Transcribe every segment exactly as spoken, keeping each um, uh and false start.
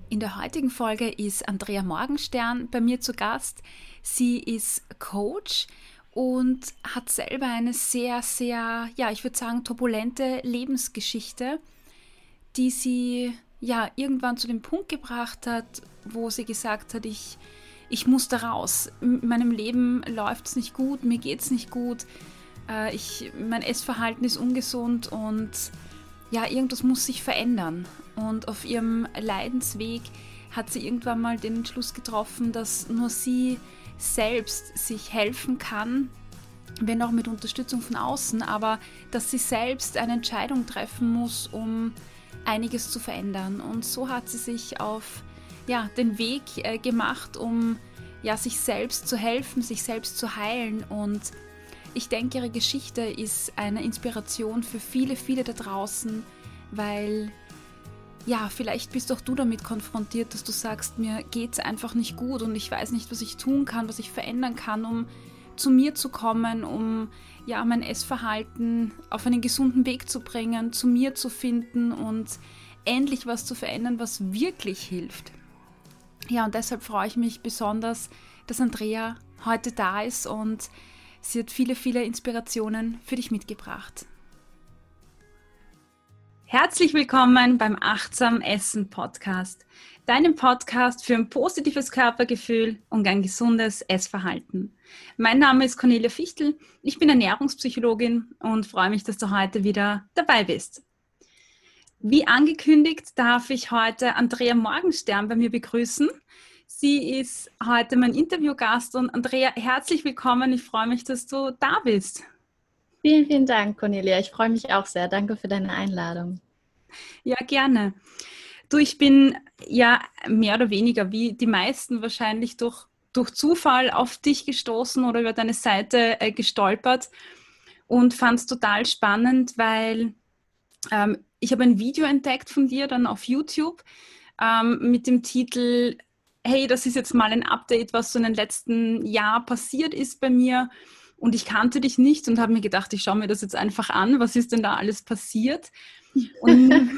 In der heutigen Folge ist Andrea Morgenstern bei mir zu Gast. Sie ist Coach und hat selber eine sehr, sehr, ja, ich würde sagen, turbulente Lebensgeschichte, die sie ja irgendwann zu dem Punkt gebracht hat, wo sie gesagt hat, ich, ich muss da raus. In meinem Leben läuft es nicht gut, mir geht es nicht gut, äh, ich, mein Essverhalten ist ungesund und ja, irgendwas muss sich verändern. Und auf ihrem Leidensweg hat sie irgendwann mal den Entschluss getroffen, dass nur sie selbst sich helfen kann, wenn auch mit Unterstützung von außen, aber dass sie selbst eine Entscheidung treffen muss, um einiges zu verändern. Und so hat sie sich auf ja, den Weg äh, gemacht, um ja, sich selbst zu helfen, sich selbst zu heilen. Und ich denke, ihre Geschichte ist eine Inspiration für viele, viele da draußen, weil ja, vielleicht bist auch du damit konfrontiert, dass du sagst, mir geht es einfach nicht gut und ich weiß nicht, was ich tun kann, was ich verändern kann, um zu mir zu kommen, um ja, mein Essverhalten auf einen gesunden Weg zu bringen, zu mir zu finden und endlich was zu verändern, was wirklich hilft. Ja, und deshalb freue ich mich besonders, dass Andrea heute da ist und sie hat viele, viele Inspirationen für dich mitgebracht. Herzlich willkommen beim Achtsam Essen Podcast, deinem Podcast für ein positives Körpergefühl und ein gesundes Essverhalten. Mein Name ist Cornelia Fichtel, ich bin Ernährungspsychologin und freue mich, dass du heute wieder dabei bist. Wie angekündigt darf ich heute Andrea Morgenstern bei mir begrüßen. Sie ist heute mein Interviewgast und Andrea, herzlich willkommen. Ich freue mich, dass du da bist. Vielen, vielen Dank, Cornelia. Ich freue mich auch sehr. Danke für deine Einladung. Ja, gerne. Du, ich bin ja mehr oder weniger wie die meisten wahrscheinlich durch, durch Zufall auf dich gestoßen oder über deine Seite äh, gestolpert und fand es total spannend, weil ähm, ich habe ein Video entdeckt von dir dann auf YouTube ähm, mit dem Titel hey, das ist jetzt mal ein Update, was so in den letzten Jahren passiert ist bei mir und ich kannte dich nicht und habe mir gedacht, ich schaue mir das jetzt einfach an, was ist denn da alles passiert? Und,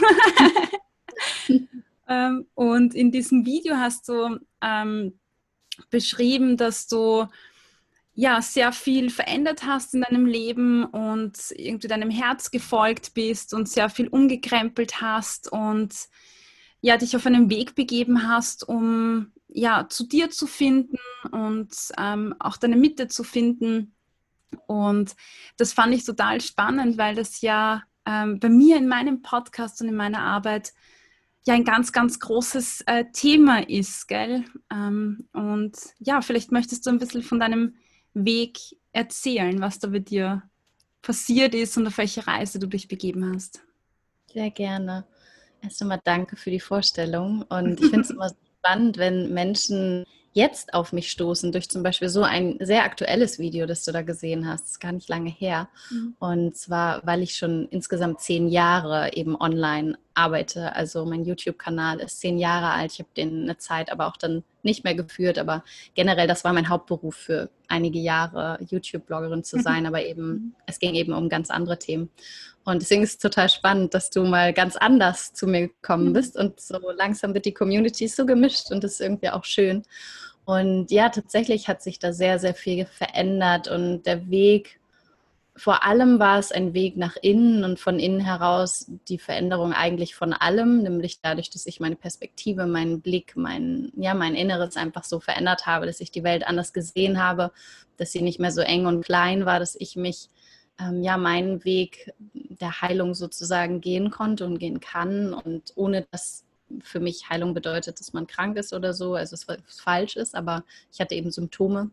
ähm, und in diesem Video hast du ähm, beschrieben, dass du ja sehr viel verändert hast in deinem Leben und irgendwie deinem Herz gefolgt bist und sehr viel umgekrempelt hast und ja, dich auf einen Weg begeben hast, um ja, zu dir zu finden und ähm, auch deine Mitte zu finden. Und das fand ich total spannend, weil das ja ähm, bei mir in meinem Podcast und in meiner Arbeit ja ein ganz, ganz großes äh, Thema ist, gell? Ähm, und ja, vielleicht möchtest du ein bisschen von deinem Weg erzählen, was da bei dir passiert ist und auf welche Reise du dich begeben hast. Sehr gerne. Erst einmal danke für die Vorstellung und ich finde es immer spannend, wenn Menschen jetzt auf mich stoßen, durch zum Beispiel so ein sehr aktuelles Video, das du da gesehen hast, das ist gar nicht lange her. Mhm. Und zwar, weil ich schon insgesamt zehn Jahre eben online arbeite. Also mein YouTube-Kanal ist zehn Jahre alt. Ich habe den eine Zeit aber auch dann nicht mehr geführt. Aber generell, das war mein Hauptberuf für einige Jahre, YouTube-Bloggerin zu sein. Aber eben, es ging eben um ganz andere Themen. Und deswegen ist es total spannend, dass du mal ganz anders zu mir gekommen bist. Und so langsam wird die Community so gemischt und das ist irgendwie auch schön. Und ja, tatsächlich hat sich da sehr, sehr viel verändert. Und der Weg, vor allem war es ein Weg nach innen und von innen heraus die Veränderung eigentlich von allem, nämlich dadurch, dass ich meine Perspektive, meinen Blick, mein, ja, mein Inneres einfach so verändert habe, dass ich die Welt anders gesehen habe, dass sie nicht mehr so eng und klein war, dass ich mich Ähm, ja, meinen Weg der Heilung sozusagen gehen konnte und gehen kann und ohne dass für mich Heilung bedeutet, dass man krank ist oder so, also es falsch ist, aber ich hatte eben Symptome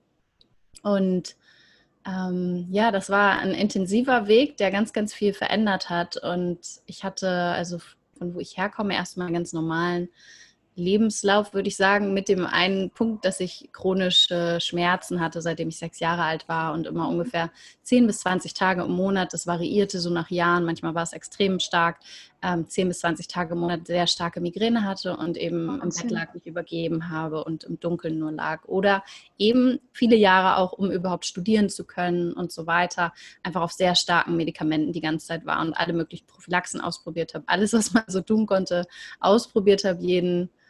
und ähm, ja, das war ein intensiver Weg, der ganz, ganz viel verändert hat und ich hatte also von wo ich herkomme erstmal einen ganz normalen Lebenslauf, würde ich sagen, mit dem einen Punkt, dass ich chronische Schmerzen hatte, seitdem ich sechs Jahre alt war und immer ungefähr zehn bis zwanzig Tage im Monat, das variierte so nach Jahren, manchmal war es extrem stark, ähm, zehn bis zwanzig Tage im Monat sehr starke Migräne hatte und eben im Bett lag, mich übergeben habe und im Dunkeln nur lag. Oder eben viele Jahre auch, um überhaupt studieren zu können und so weiter, einfach auf sehr starken Medikamenten die ganze Zeit war und alle möglichen Prophylaxen ausprobiert habe. Alles, was man so tun konnte, ausprobiert habe, jeden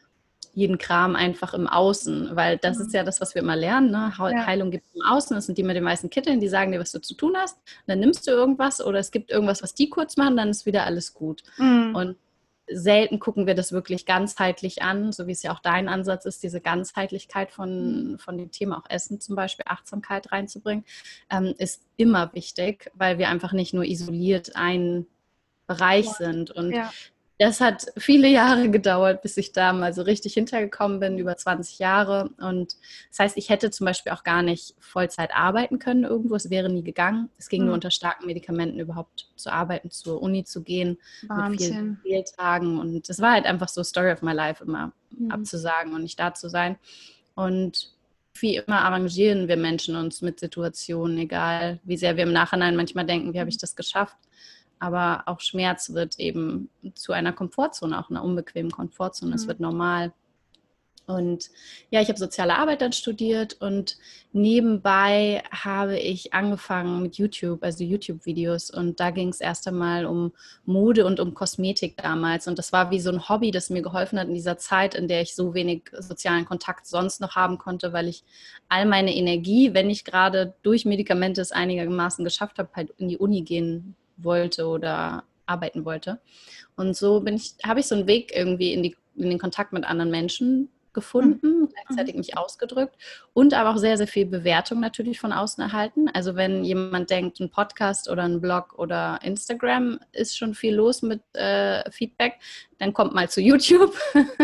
jeden Kram einfach im Außen, weil das Mhm. ist ja das, was wir immer lernen. Ne? Ja. Heilung gibt es im Außen, das sind die mit den weißen Kitteln, die sagen dir, was du zu tun hast. Und dann nimmst du irgendwas oder es gibt irgendwas, was die kurz machen, dann ist wieder alles gut. Mhm. Und selten gucken wir das wirklich ganzheitlich an, so wie es ja auch dein Ansatz ist, diese Ganzheitlichkeit von, von dem Thema auch Essen zum Beispiel, Achtsamkeit reinzubringen, ähm, ist immer wichtig, weil wir einfach nicht nur isoliert ein Bereich sind. Und Ja. das hat viele Jahre gedauert, bis ich da mal so richtig hintergekommen bin, über zwanzig Jahre. Und das heißt, ich hätte zum Beispiel auch gar nicht Vollzeit arbeiten können irgendwo. Es wäre nie gegangen. Es ging Mhm. nur unter starken Medikamenten überhaupt zu arbeiten, zur Uni zu gehen, Wahnsinn. mit vielen Fehltagen. Und es war halt einfach so Story of my life, immer Mhm. abzusagen und nicht da zu sein. Und wie immer arrangieren wir Menschen uns mit Situationen, egal wie sehr wir im Nachhinein manchmal denken, wie habe ich das geschafft. Aber auch Schmerz wird eben zu einer Komfortzone, auch einer unbequemen Komfortzone. Es Mhm. wird normal. Und ja, ich habe soziale Arbeit dann studiert und nebenbei habe ich angefangen mit YouTube, also YouTube-Videos. Und da ging es erst einmal um Mode und um Kosmetik damals. Und das war wie so ein Hobby, das mir geholfen hat in dieser Zeit, in der ich so wenig sozialen Kontakt sonst noch haben konnte, weil ich all meine Energie, wenn ich gerade durch Medikamente es einigermaßen geschafft habe, halt in die Uni gehen wollte oder arbeiten wollte. Und so bin ich, habe ich so einen Weg irgendwie in, die, in den Kontakt mit anderen Menschen gefunden, gleichzeitig mich ausgedrückt und aber auch sehr, sehr viel Bewertung natürlich von außen erhalten. Also wenn jemand denkt, ein Podcast oder ein Blog oder Instagram ist schon viel los mit äh, Feedback, dann kommt mal zu YouTube.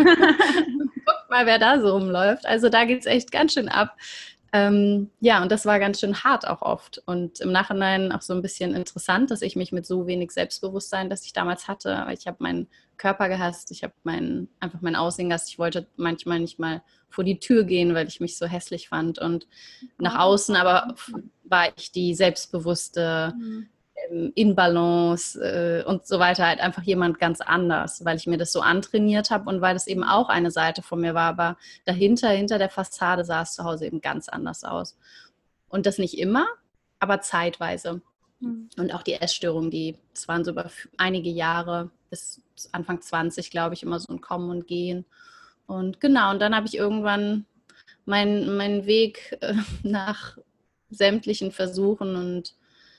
Guckt mal, wer da so rumläuft. Also da geht es echt ganz schön ab. Ähm, ja, und das war ganz schön hart auch oft und im Nachhinein auch so ein bisschen interessant, dass ich mich mit so wenig Selbstbewusstsein, das ich damals hatte, weil ich habe meinen Körper gehasst, ich habe mein, einfach mein Aussehen gehasst, ich wollte manchmal nicht mal vor die Tür gehen, weil ich mich so hässlich fand und nach außen aber war ich die selbstbewusste, Mhm. in Balance äh, und so weiter, halt einfach jemand ganz anders, weil ich mir das so antrainiert habe und weil das eben auch eine Seite von mir war, aber dahinter, hinter der Fassade sah es zu Hause eben ganz anders aus. Und das nicht immer, aber zeitweise. Mhm. Und auch die Essstörungen, die, das waren so über einige Jahre, bis Anfang zwanzig, glaube ich, immer so ein Kommen und Gehen. Und genau, und dann habe ich irgendwann meinen mein Weg äh, nach sämtlichen Versuchen und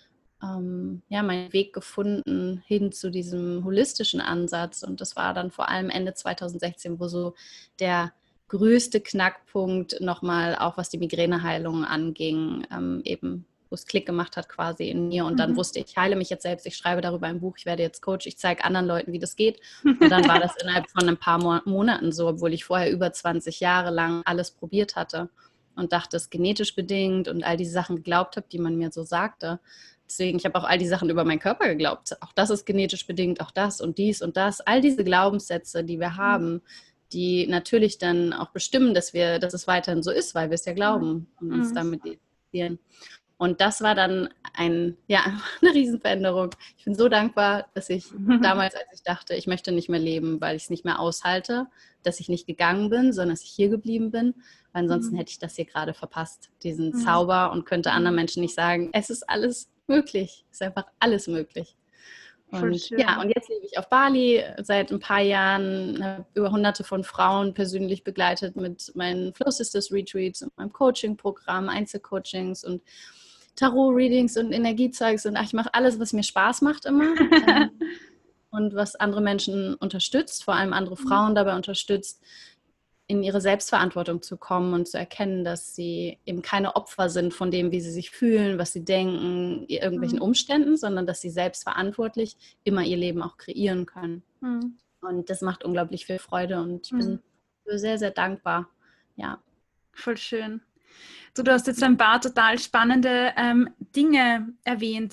ähm, ja, meinen Weg gefunden hin zu diesem holistischen Ansatz. Und das war dann vor allem Ende zwanzig sechzehn, wo so der größte Knackpunkt nochmal, auch was die Migräneheilung anging, ähm, eben wo es Klick gemacht hat quasi in mir. Und dann Mhm. wusste ich, ich heile mich jetzt selbst, ich schreibe darüber ein Buch, ich werde jetzt Coach, ich zeige anderen Leuten, wie das geht. Und dann war das innerhalb von ein paar Mo- Monaten so, obwohl ich vorher über zwanzig Jahre lang alles probiert hatte und dachte, es ist genetisch bedingt und all diese Sachen geglaubt habe, die man mir so sagte. Deswegen, ich habe auch all die Sachen über meinen Körper geglaubt. Auch das ist genetisch bedingt, auch das und dies und das. All diese Glaubenssätze, die wir haben, die natürlich dann auch bestimmen, dass wir, dass es weiterhin so ist, weil wir es ja glauben und uns Mhm. damit identifizieren. Und das war dann ein, ja, eine Riesenveränderung. Ich bin so dankbar, dass ich damals, als ich dachte, ich möchte nicht mehr leben, weil ich es nicht mehr aushalte, dass ich nicht gegangen bin, sondern dass ich hier geblieben bin. Weil ansonsten hätte ich das hier gerade verpasst, diesen Zauber, und könnte anderen Menschen nicht sagen, es ist alles möglich. Es ist einfach alles möglich. Voll Und schön. ja, und jetzt lebe ich auf Bali seit ein paar Jahren, habe über hunderte von Frauen persönlich begleitet mit meinen Flow Sisters Retreats und meinem Coaching-Programm, Einzelcoachings und Tarot-Readings und Energiezeugs und ach, ich mache alles, was mir Spaß macht immer ähm, und was andere Menschen unterstützt, vor allem andere Frauen dabei unterstützt, in ihre Selbstverantwortung zu kommen und zu erkennen, dass sie eben keine Opfer sind von dem, wie sie sich fühlen, was sie denken, irgendwelchen Umständen, sondern dass sie selbstverantwortlich immer ihr Leben auch kreieren können. Mhm. Und das macht unglaublich viel Freude und ich bin sehr, sehr dankbar. Ja. Voll schön. Du, du hast jetzt ein paar total spannende ähm, Dinge erwähnt.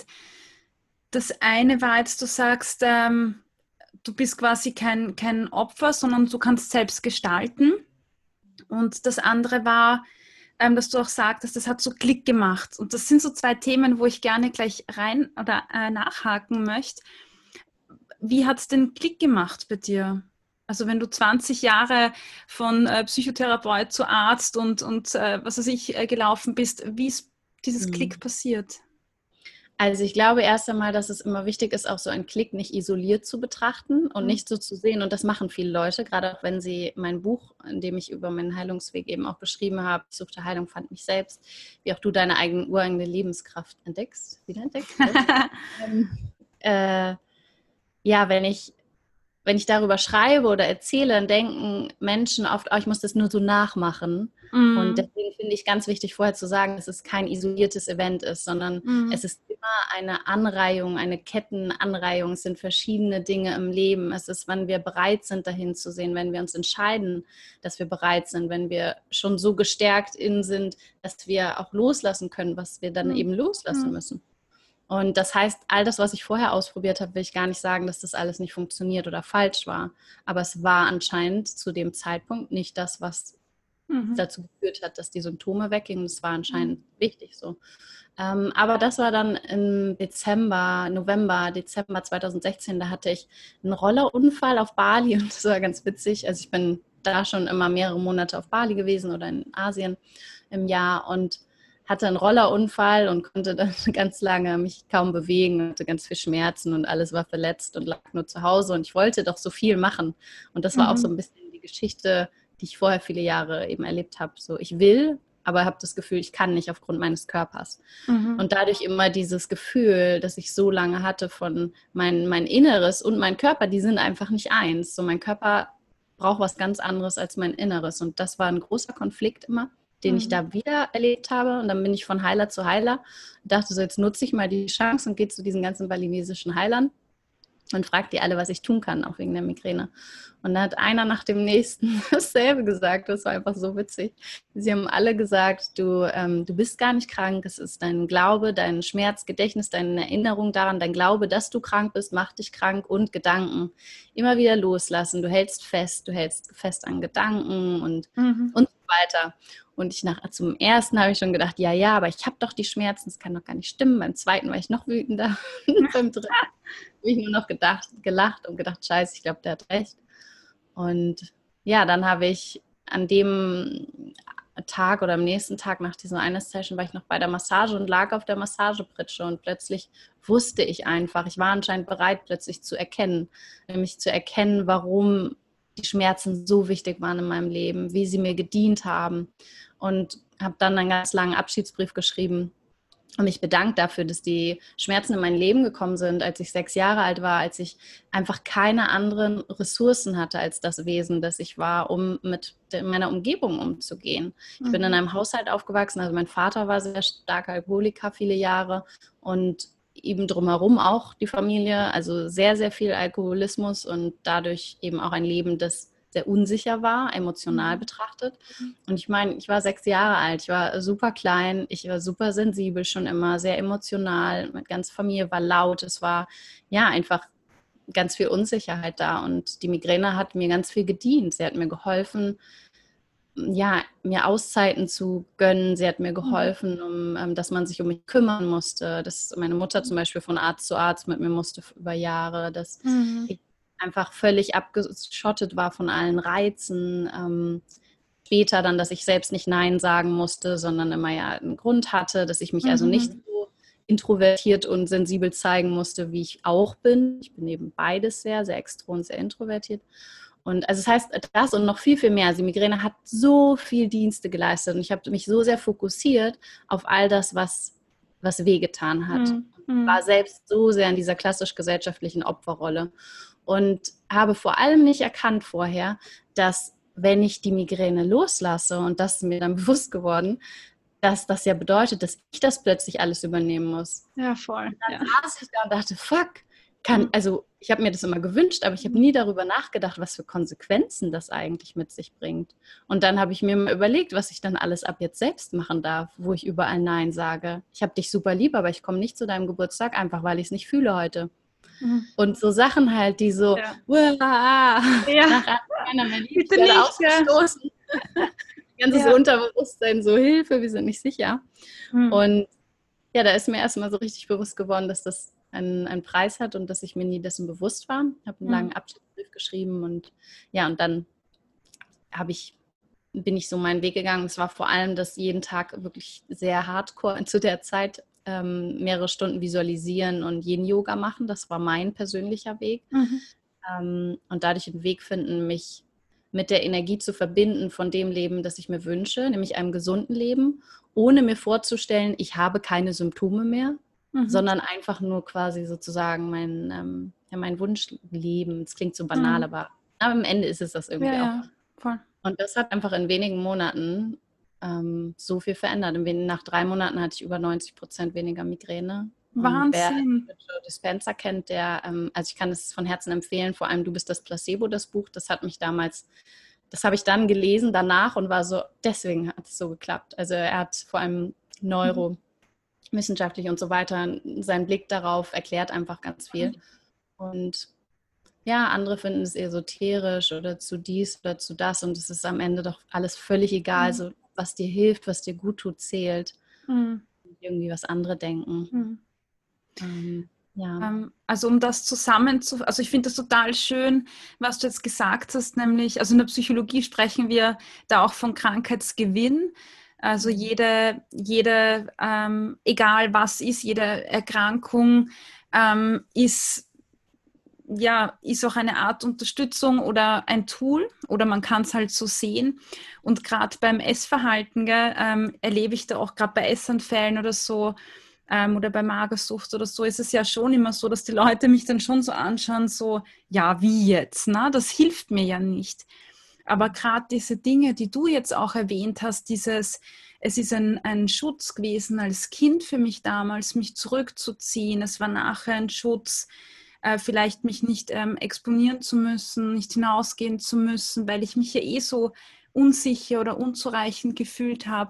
Das eine war jetzt, du sagst, ähm, du bist quasi kein, kein Opfer, sondern du kannst selbst gestalten. Und das andere war, ähm, dass du auch sagtest, das hat so Klick gemacht. Und das sind so zwei Themen, wo ich gerne gleich rein oder äh, nachhaken möchte. Wie hat es denn Klick gemacht bei dir? Also wenn du zwanzig Jahre von äh, Psychotherapeut zu Arzt und, und äh, was weiß ich äh, gelaufen bist, wie ist dieses Mhm. Klick passiert? Also ich glaube erst einmal, dass es immer wichtig ist, auch so einen Klick nicht isoliert zu betrachten und Mhm. nicht so zu sehen. Und das machen viele Leute, gerade auch wenn sie mein Buch, in dem ich über meinen Heilungsweg eben auch beschrieben habe, ich suchte Heilung, fand mich selbst, wie auch du deine eigene ureigene Lebenskraft entdeckst, wieder entdeckst. ähm, äh, ja, wenn ich wenn ich darüber schreibe oder erzähle, dann denken Menschen oft, oh, ich muss das nur so nachmachen. Und Mhm. deswegen finde ich ganz wichtig, vorher zu sagen, dass es kein isoliertes Event ist, sondern Mhm. es ist immer eine Anreihung, eine Kettenanreihung. Es sind verschiedene Dinge im Leben. Es ist, wann wir bereit sind, dahin zu sehen, wenn wir uns entscheiden, dass wir bereit sind, wenn wir schon so gestärkt in sind, dass wir auch loslassen können, was wir dann Mhm. eben loslassen Mhm. müssen. Und das heißt, all das, was ich vorher ausprobiert habe, will ich gar nicht sagen, dass das alles nicht funktioniert oder falsch war. Aber es war anscheinend zu dem Zeitpunkt nicht das, was Mhm. dazu geführt hat, dass die Symptome weggingen. Das war Mhm. anscheinend wichtig so. Ähm, aber das war dann im Dezember, November, Dezember zweitausendsechzehn, da hatte ich einen Rollerunfall auf Bali und das war ganz witzig. Also ich bin da schon immer mehrere Monate auf Bali gewesen oder in Asien im Jahr und hatte einen Rollerunfall und konnte dann ganz lange mich kaum bewegen, hatte ganz viel Schmerzen und alles war verletzt und lag nur zu Hause und ich wollte doch so viel machen. Und das war auch so Mhm. ein bisschen die Geschichte, die ich vorher viele Jahre eben erlebt habe. So, ich will, aber habe das Gefühl, ich kann nicht aufgrund meines Körpers. Mhm. Und dadurch immer dieses Gefühl, das ich so lange hatte von mein, mein Inneres und mein Körper, die sind einfach nicht eins. So, mein Körper braucht was ganz anderes als mein Inneres. Und das war ein großer Konflikt immer, den ich Mhm. da wieder erlebt habe. Und dann bin ich von Heiler zu Heiler und dachte so, jetzt nutze ich mal die Chance und gehe zu diesen ganzen balinesischen Heilern und fragt die alle, was ich tun kann, auch wegen der Migräne. Und da hat einer nach dem nächsten dasselbe gesagt. Das war einfach so witzig. Sie haben alle gesagt, du, ähm, du bist gar nicht krank. Es ist dein Glaube, dein Schmerzgedächtnis, deine Erinnerung daran, dein Glaube, dass du krank bist, macht dich krank und Gedanken. Immer wieder loslassen. Du hältst fest, du hältst fest an Gedanken und, Mhm. und so weiter. Und ich nach, zum ersten habe ich schon gedacht, ja, ja, aber ich habe doch die Schmerzen, das kann doch gar nicht stimmen. Beim zweiten war ich noch wütender. Beim dritten habe ich nur noch gedacht, gelacht und gedacht, scheiße, ich glaube, der hat recht. Und ja, dann habe ich an dem Tag oder am nächsten Tag nach dieser einen Session war ich noch bei der Massage und lag auf der Massagepritsche und plötzlich wusste ich einfach, ich war anscheinend bereit, plötzlich zu erkennen, nämlich zu erkennen, warum die Schmerzen so wichtig waren in meinem Leben, wie sie mir gedient haben und habe dann einen ganz langen Abschiedsbrief geschrieben und mich bedankt dafür, dass die Schmerzen in mein Leben gekommen sind, als ich sechs Jahre alt war, als ich einfach keine anderen Ressourcen hatte als das Wesen, das ich war, um mit meiner Umgebung umzugehen. Ich bin in Mhm. einem Haushalt aufgewachsen, also mein Vater war sehr starker Alkoholiker viele Jahre und eben drumherum auch die Familie, also sehr, sehr viel Alkoholismus und dadurch eben auch ein Leben, das sehr unsicher war, emotional Mhm. betrachtet. Und ich meine, ich war sechs Jahre alt, ich war super klein, ich war super sensibel schon immer, sehr emotional, meine ganze Familie war laut, es war ja einfach ganz viel Unsicherheit da und die Migräne hat mir ganz viel gedient. Sie hat mir geholfen, ja, mir Auszeiten zu gönnen. Sie hat mir Mhm. geholfen, um, ähm, dass man sich um mich kümmern musste, dass meine Mutter zum Beispiel von Arzt zu Arzt mit mir musste über Jahre, dass Mhm. ich einfach völlig abgeschottet war von allen Reizen. Ähm, später dann, dass ich selbst nicht Nein sagen musste, sondern immer ja einen Grund hatte, dass ich mich also nicht Mhm. so introvertiert und sensibel zeigen musste, wie ich auch bin. Ich bin eben beides sehr, sehr extro und sehr introvertiert. Und also das heißt, das und noch viel, viel mehr. Die Migräne hat so viel Dienste geleistet und ich habe mich so sehr fokussiert auf all das, was, was wehgetan hat. Mhm. War Mhm. selbst so sehr in dieser klassisch-gesellschaftlichen Opferrolle und habe vor allem nicht erkannt vorher, dass wenn ich die Migräne loslasse, und das ist mir dann bewusst geworden, dass das ja bedeutet, dass ich das plötzlich alles übernehmen muss. Ja, voll. Und dann Ja. saß ich da und dachte, fuck, kann, Mhm. also ich habe mir das immer gewünscht, aber ich habe nie darüber nachgedacht, was für Konsequenzen das eigentlich mit sich bringt. Und dann habe ich mir mal überlegt, was ich dann alles ab jetzt selbst machen darf, wo ich überall Nein sage. Ich habe dich super lieb, aber ich komme nicht zu deinem Geburtstag, einfach weil ich es nicht fühle heute. Mhm. Und so Sachen halt, die so, Ja. "Uah, Ja, nach keiner mehr liebt, ich bitte werde nicht, gell? ausgestoßen. Ganzes Ja. Unterbewusstsein, so Hilfe, wir sind nicht sicher. Mhm. Und ja, da ist mir erstmal so richtig bewusst geworden, dass das einen, einen Preis hat und dass ich mir nie dessen bewusst war. Ich habe einen langen Mhm. Abschiedsbrief geschrieben und ja, und dann habe ich, bin ich so meinen Weg gegangen. Es war vor allem das jeden Tag wirklich sehr hardcore zu der Zeit ähm, mehrere Stunden visualisieren und Yin-Yoga machen. Das war mein persönlicher Weg. Mhm. Ähm, und dadurch einen Weg finden, mich mit der Energie zu verbinden von dem Leben, das ich mir wünsche, nämlich einem gesunden Leben, ohne mir vorzustellen, ich habe keine Symptome mehr, Mhm. sondern einfach nur quasi sozusagen mein, ähm, ja, mein Wunschleben. Es klingt so banal, Mhm. aber am Ende ist es das irgendwie Ja, auch. ja, voll. Und das hat einfach in wenigen Monaten ähm, so viel verändert. In, nach drei Monaten hatte ich über neunzig Prozent weniger Migräne. Und wer Wahnsinn. Joe Dispenza kennt, der, ähm, also ich kann es von Herzen empfehlen, vor allem Du bist das Placebo, das Buch, das hat mich damals, das habe ich dann gelesen danach und war so, deswegen hat es so geklappt. Also er hat vor allem neurowissenschaftlich und so weiter seinen Blick darauf erklärt einfach ganz viel. Und ja, andere finden es esoterisch oder zu dies oder zu das und es ist am Ende doch alles völlig egal. Mhm. So, was dir hilft, was dir gut tut, zählt. Mhm. Irgendwie was andere denken. Mhm. Ähm, ja. Ähm, also um das zusammenzu, also ich finde das total schön, was du jetzt gesagt hast, nämlich, also in der Psychologie sprechen wir da auch von Krankheitsgewinn. Also Mhm. jede, jede ähm, egal was ist, jede Erkrankung ähm, ist ja, ist auch eine Art Unterstützung oder ein Tool oder man kann es halt so sehen. Und gerade beim Essverhalten gell, ähm, erlebe ich da auch gerade bei Essanfällen oder so ähm, oder bei Magersucht oder so, ist es ja schon immer so, dass die Leute mich dann schon so anschauen, so, ja, wie jetzt? Na? Das hilft mir ja nicht. Aber gerade diese Dinge, die du jetzt auch erwähnt hast, dieses, es ist ein, ein Schutz gewesen als Kind für mich damals, mich zurückzuziehen. Es war nachher ein Schutz, äh, vielleicht mich nicht ähm, exponieren zu müssen, nicht hinausgehen zu müssen, weil ich mich ja eh so unsicher oder unzureichend gefühlt habe.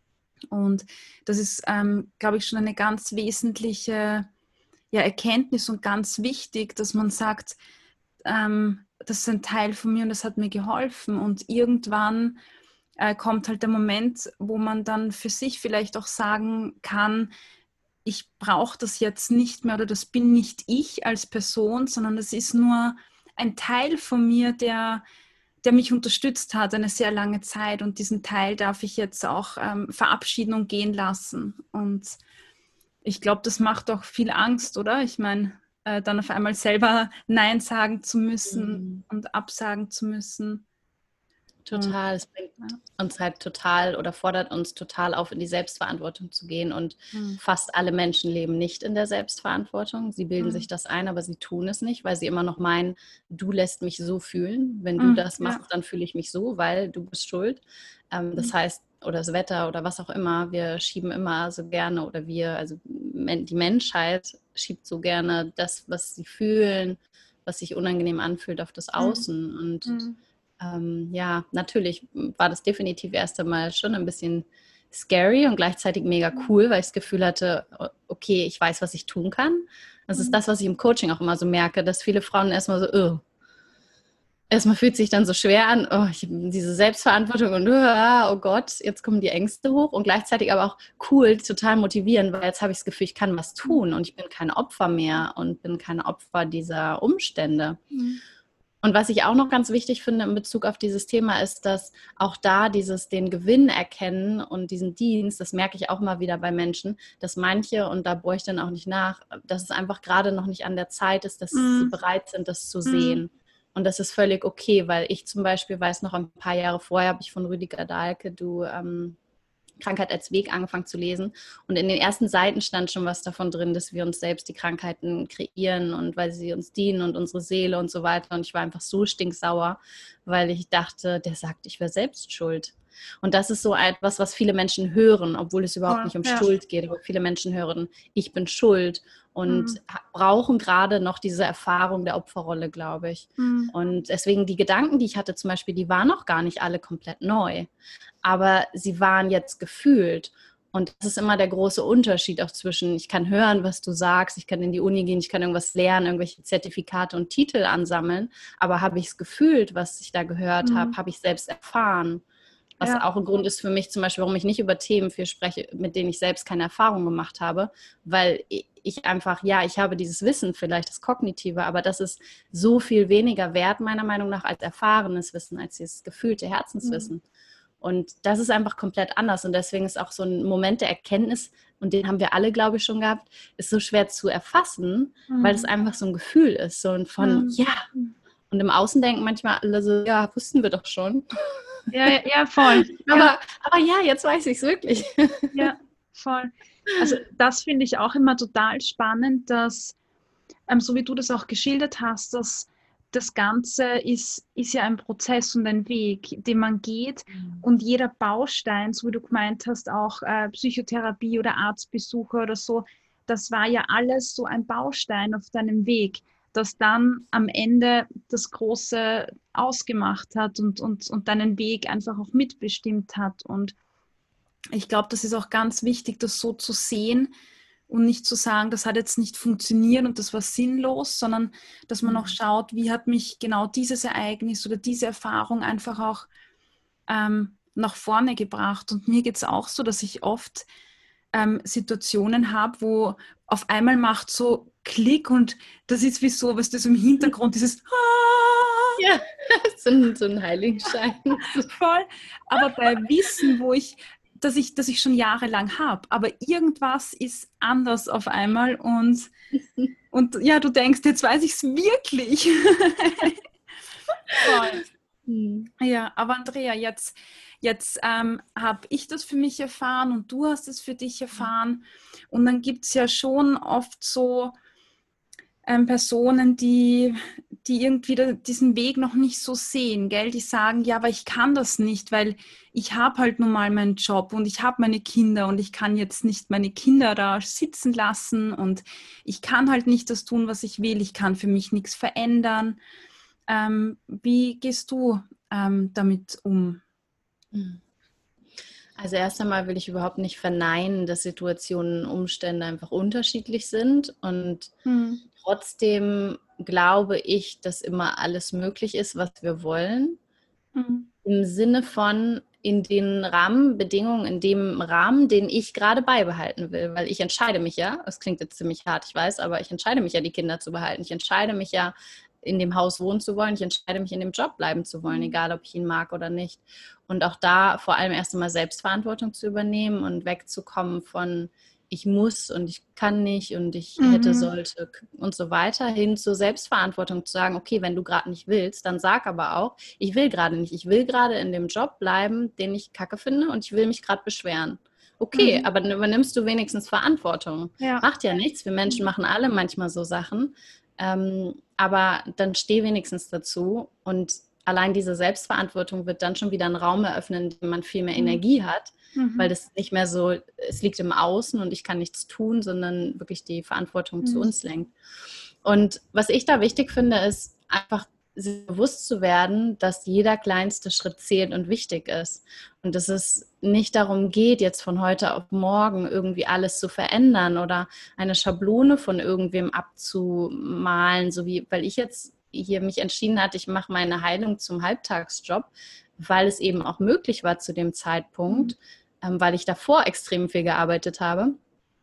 Und das ist, ähm, glaube ich, schon eine ganz wesentliche ja, Erkenntnis und ganz wichtig, dass man sagt, ähm, das ist ein Teil von mir und das hat mir geholfen. Und irgendwann äh, kommt halt der Moment, wo man dann für sich vielleicht auch sagen kann, ich brauche das jetzt nicht mehr oder das bin nicht ich als Person, sondern das ist nur ein Teil von mir, der, der mich unterstützt hat eine sehr lange Zeit und diesen Teil darf ich jetzt auch ähm, verabschieden und gehen lassen. Und ich glaube, das macht auch viel Angst, oder? Ich meine, äh, dann auf einmal selber Nein sagen zu müssen Mhm. und absagen zu müssen. Und, Total. Es bringt ja. uns halt total oder fordert uns total auf, in die Selbstverantwortung zu gehen. Und Hm. fast alle Menschen leben nicht in der Selbstverantwortung. Sie bilden Hm. sich das ein, aber sie tun es nicht, weil sie immer noch meinen, du lässt mich so fühlen. Wenn du Hm. das Ja. machst, dann fühle ich mich so, weil du bist schuld. Ähm, das Hm. heißt, oder das Wetter oder was auch immer, wir schieben immer so gerne oder wir, also die Menschheit schiebt so gerne das, was sie fühlen, was sich unangenehm anfühlt, auf das Hm. Außen. Und Hm. ähm, ja, natürlich war das definitiv erst einmal schon ein bisschen scary und gleichzeitig mega cool, weil ich das Gefühl hatte, okay, ich weiß, was ich tun kann. Das ist das, was ich im Coaching auch immer so merke, dass viele Frauen erstmal so, oh, erstmal fühlt sich dann so schwer an, oh, ich habe diese Selbstverantwortung und oh Gott, jetzt kommen die Ängste hoch und gleichzeitig aber auch cool, total motivierend, weil jetzt habe ich das Gefühl, ich kann was tun und ich bin kein Opfer mehr und bin kein Opfer dieser Umstände. Hm. Und was ich auch noch ganz wichtig finde in Bezug auf dieses Thema ist, dass auch da dieses den Gewinn erkennen und diesen Dienst, das merke ich auch mal wieder bei Menschen, dass manche, und da bohre ich dann auch nicht nach, dass es einfach gerade noch nicht an der Zeit ist, dass sie Hm. bereit sind, das zu Hm. sehen. Und das ist völlig okay, weil ich zum Beispiel weiß noch, ein paar Jahre vorher habe ich von Rüdiger Dahlke, du ähm, Krankheit als Weg angefangen zu lesen. Und in den ersten Seiten stand schon was davon drin, dass wir uns selbst die Krankheiten kreieren und weil sie uns dienen und unsere Seele und so weiter. Und ich war einfach so stinksauer, weil ich dachte, der sagt, ich wäre selbst schuld. Und das ist so etwas, was viele Menschen hören, obwohl es überhaupt nicht um Ja. Schuld geht. Aber viele Menschen hören, ich bin schuld und Hm. brauchen gerade noch diese Erfahrung der Opferrolle, glaube ich. Hm. Und deswegen die Gedanken, die ich hatte zum Beispiel, die waren noch gar nicht alle komplett neu. Aber sie waren jetzt gefühlt. Und das ist immer der große Unterschied auch zwischen, ich kann hören, was du sagst, ich kann in die Uni gehen, ich kann irgendwas lernen, irgendwelche Zertifikate und Titel ansammeln, aber habe ich es gefühlt, was ich da gehört Hm. habe, habe ich selbst erfahren. Was Ja. auch ein Grund ist für mich zum Beispiel, warum ich nicht über Themen viel spreche, mit denen ich selbst keine Erfahrung gemacht habe, weil ich einfach, ja, ich habe dieses Wissen, vielleicht das Kognitive, aber das ist so viel weniger wert, meiner Meinung nach, als erfahrenes Wissen, als dieses gefühlte Herzenswissen. Und das ist einfach komplett anders. Und deswegen ist auch so ein Moment der Erkenntnis, und den haben wir alle, glaube ich, schon gehabt, ist so schwer zu erfassen, mhm. weil es einfach so ein Gefühl ist, so von, mhm. ja. Und im Außen denken manchmal alle so, ja, wussten wir doch schon. Ja, ja, ja voll. aber, ja. aber ja, jetzt weiß ich es wirklich. Ja, voll. Also das finde ich auch immer total spannend, dass, ähm, so wie du das auch geschildert hast, dass das Ganze ist, ist ja ein Prozess und ein Weg, den man geht, mhm. und jeder Baustein, so wie du gemeint hast, auch äh, Psychotherapie oder Arztbesuche oder so, das war ja alles so ein Baustein auf deinem Weg, das dann am Ende das Große ausgemacht hat und, und, und deinen Weg einfach auch mitbestimmt hat. Und ich glaube, das ist auch ganz wichtig, das so zu sehen und nicht zu sagen, das hat jetzt nicht funktioniert und das war sinnlos, sondern dass man auch schaut, wie hat mich genau dieses Ereignis oder diese Erfahrung einfach auch ähm, nach vorne gebracht. Und mir geht es auch so, dass ich oft ähm, Situationen habe, wo auf einmal macht so Klick und das ist wie so, was das im Hintergrund dieses ja, so ein, so ein Heiligenschein. Voll. Aber bei Wissen, wo ich, dass ich, dass ich schon jahrelang habe, aber irgendwas ist anders auf einmal und, und ja, du denkst, jetzt weiß ich es wirklich. Voll. Hm. Ja, aber Andrea, jetzt, jetzt ähm, habe ich das für mich erfahren und du hast es für dich erfahren. Und dann gibt es ja schon oft so ähm, Personen, die, die irgendwie da, diesen Weg noch nicht so sehen, gell? Die sagen, ja, aber ich kann das nicht, weil ich habe halt nun mal meinen Job und ich habe meine Kinder und ich kann jetzt nicht meine Kinder da sitzen lassen und ich kann halt nicht das tun, was ich will. Ich kann für mich nichts verändern. Ähm, wie gehst du ähm, damit um? Also erst einmal will ich überhaupt nicht verneinen, dass Situationen, Umstände einfach unterschiedlich sind und hm. trotzdem glaube ich, dass immer alles möglich ist, was wir wollen. Hm. Im Sinne von in den Rahmenbedingungen, in dem Rahmen, den ich gerade beibehalten will, weil ich entscheide mich ja, das klingt jetzt ziemlich hart, ich weiß, aber ich entscheide mich ja, die Kinder zu behalten. Ich entscheide mich ja, in dem Haus wohnen zu wollen. Ich entscheide mich, in dem Job bleiben zu wollen, egal ob ich ihn mag oder nicht. Und auch da vor allem erst einmal Selbstverantwortung zu übernehmen und wegzukommen von ich muss und ich kann nicht und ich mhm. hätte, sollte und so weiter, hin zur Selbstverantwortung zu sagen, okay, wenn du gerade nicht willst, dann sag aber auch, ich will gerade nicht. Ich will gerade in dem Job bleiben, den ich kacke finde und ich will mich gerade beschweren. Okay, mhm. aber dann übernimmst du wenigstens Verantwortung. Ja. Macht ja nichts. Wir Menschen machen alle manchmal so Sachen. Ähm, aber dann steh wenigstens dazu und allein diese Selbstverantwortung wird dann schon wieder einen Raum eröffnen, in dem man viel mehr mhm. Energie hat, mhm. weil das nicht mehr so, es liegt im Außen und ich kann nichts tun, sondern wirklich die Verantwortung mhm. zu uns lenkt. Und was ich da wichtig finde, ist einfach sich bewusst zu werden, dass jeder kleinste Schritt zählt und wichtig ist. Und dass es nicht darum geht, jetzt von heute auf morgen irgendwie alles zu verändern oder eine Schablone von irgendwem abzumalen, so wie, weil ich jetzt hier mich entschieden hatte, ich mache meine Heilung zum Halbtagsjob, weil es eben auch möglich war zu dem Zeitpunkt, mhm. ähm, weil ich davor extrem viel gearbeitet habe.